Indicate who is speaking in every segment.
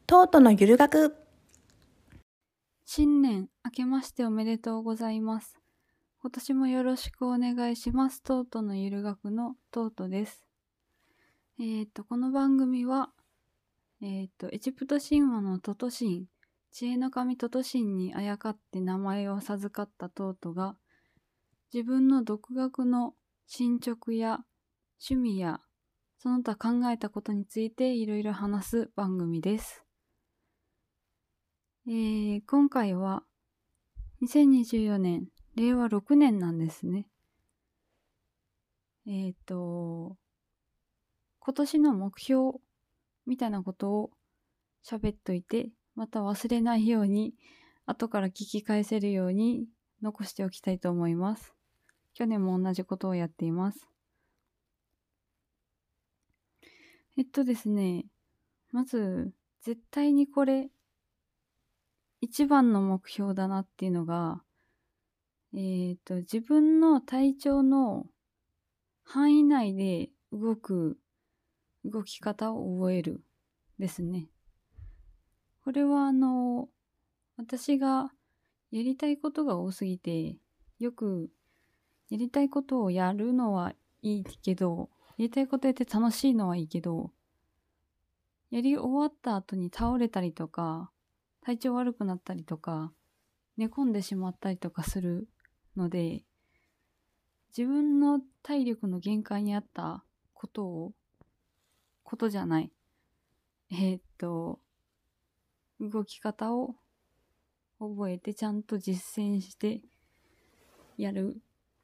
Speaker 1: トートのゆる学。
Speaker 2: 新年明けましておめでとうございます。今年もよろしくお願いします。トートのゆる学のトートです。この番組は、エジプト神話のトト神、知恵の神トト神にあやかって名前を授かったトートが、自分の独学の進捗や趣味やその他考えたことについていろいろ話す番組です。今回は2024年、令和6年なんですね。今年の目標みたいなことを喋っといて、また忘れないように、後から聞き返せるように残しておきたいと思います。去年も同じことをやっています。ですね、まず、絶対にこれ、一番の目標だなっていうのが、自分の体調の範囲内で動き方を覚えるですね。これは私がやりたいことが多すぎて、よくやりたいことをやるのはいいけど、やりたいことやって楽しいのはいいけど、やり終わった後に倒れたりとか、体調悪くなったりとか、寝込んでしまったりとかするので、自分の体力の限界にあったことじゃない。動き方を覚えてちゃんと実践してやる。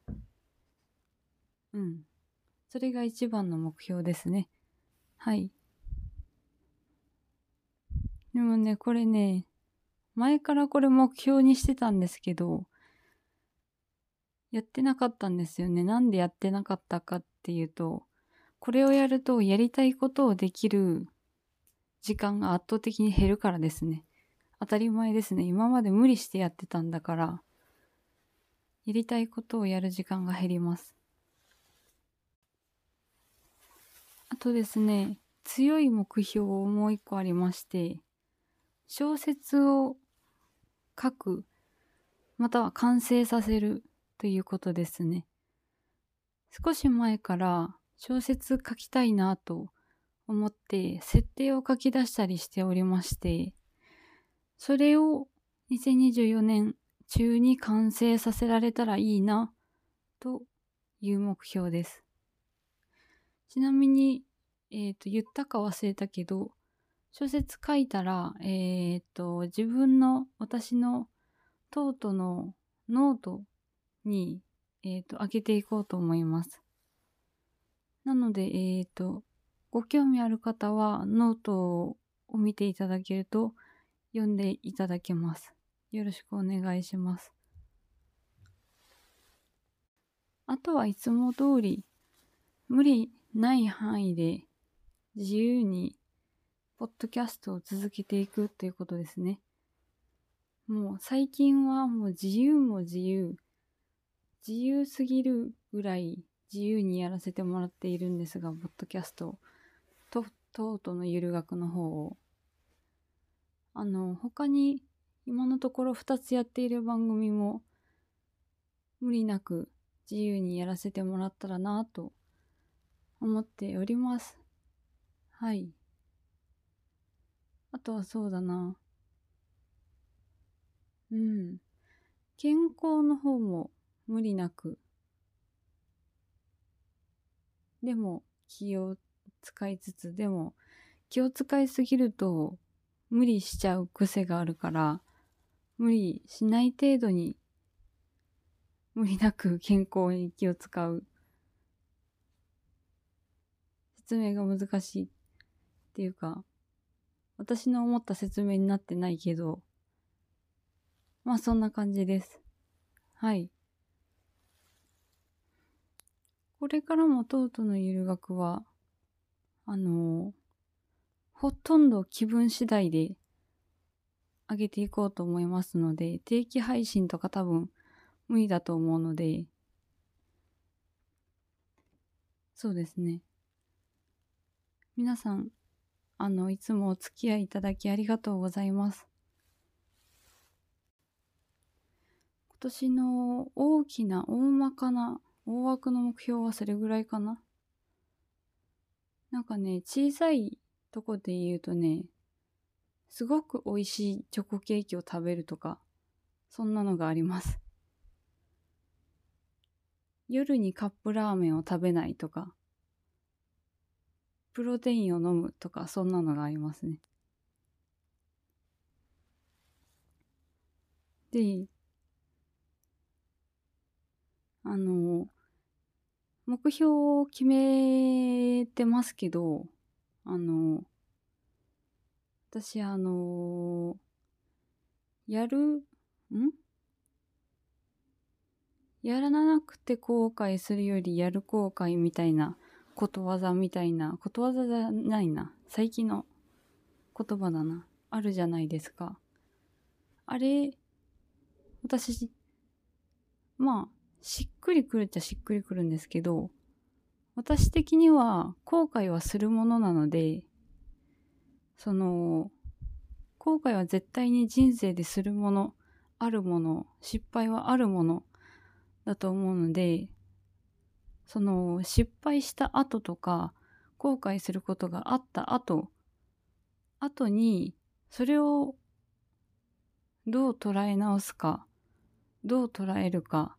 Speaker 2: それが一番の目標ですね。はい。でもね、これね、前からこれ目標にしてたんですけど、やってなかったんですよね。なんでやってなかったかっていうと、これをやるとやりたいことをできる時間が圧倒的に減るからですね。当たり前ですね。今まで無理してやってたんだから、やりたいことをやる時間が減ります。あとですね、強い目標をもう一個ありまして、小説を書く、または完成させるということですね。少し前から小説書きたいなと思って設定を書き出したりしておりまして、それを2024年中に完成させられたらいいなという目標です。ちなみに、言ったか忘れたけど、小説書いたら、私のトートのノートに、上げていこうと思います。なので、ご興味ある方はノートを見ていただけると読んでいただけます。よろしくお願いします。あとはいつも通り無理ない範囲で自由にポッドキャストを続けていくということですね。もう最近はもう自由すぎるぐらい自由にやらせてもらっているんですが、ポッドキャストとトートのゆる学の方を他に今のところ2つやっている番組も無理なく自由にやらせてもらったらなと思っております。はい。あとはそうだな。健康の方も無理なく。でも気を使いつつ、でも気を使いすぎると無理しちゃう癖があるから、無理しない程度に無理なく健康に気を使う。説明が難しいっていうか、私の思った説明になってないけど、まあそんな感じです。はい。これからもトートのゆる学は、ほとんど気分次第で上げていこうと思いますので、定期配信とか多分無理だと思うので、そうですね。皆さん、 いつもお付き合いいただきありがとうございます。今年の大きな大まかな大枠の目標はそれぐらいかな。なんかね、小さいとこで言うとね、すごく美味しいチョコケーキを食べるとか、そんなのがあります。夜にカップラーメンを食べないとか、プロテインを飲むとか、そんなのがありますね。で、目標を決めてますけど、私、やる、やらなくて後悔するよりやる後悔みたいなことわざみたいな、ことわざじゃないな。最近の言葉だな。あるじゃないですか。あれ、私、まあ、しっくりくるっちゃしっくりくるんですけど、私的には後悔はするものなので、後悔は絶対に人生でするもの、あるもの、失敗はあるものだと思うので、失敗した後とか、後悔することがあった後に、それをどう捉え直すか、どう捉えるか。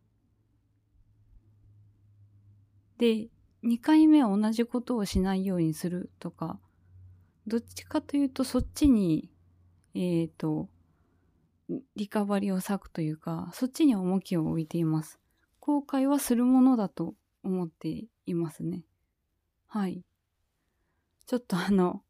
Speaker 2: で、2回目は同じことをしないようにするとか、どっちかというとそっちに、リカバリーを割くというか、そっちに重きを置いています。後悔はするものだと思っていますね。はい。ちょっと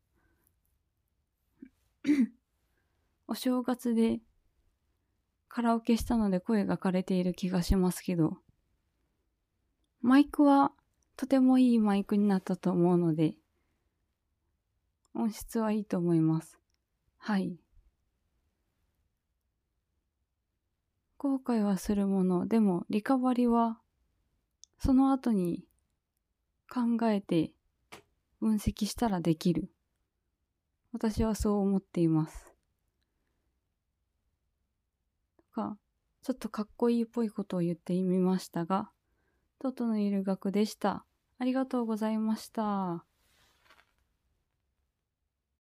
Speaker 2: お正月でカラオケしたので声が枯れている気がしますけど、マイクはとてもいいマイクになったと思うので、音質はいいと思います。はい。後悔はするもの、でもリカバリはその後に考えて分析したらできる。私はそう思っています。ちょっとかっこいいっぽいことを言ってみましたが、トトのいる学でした。ありがとうございました。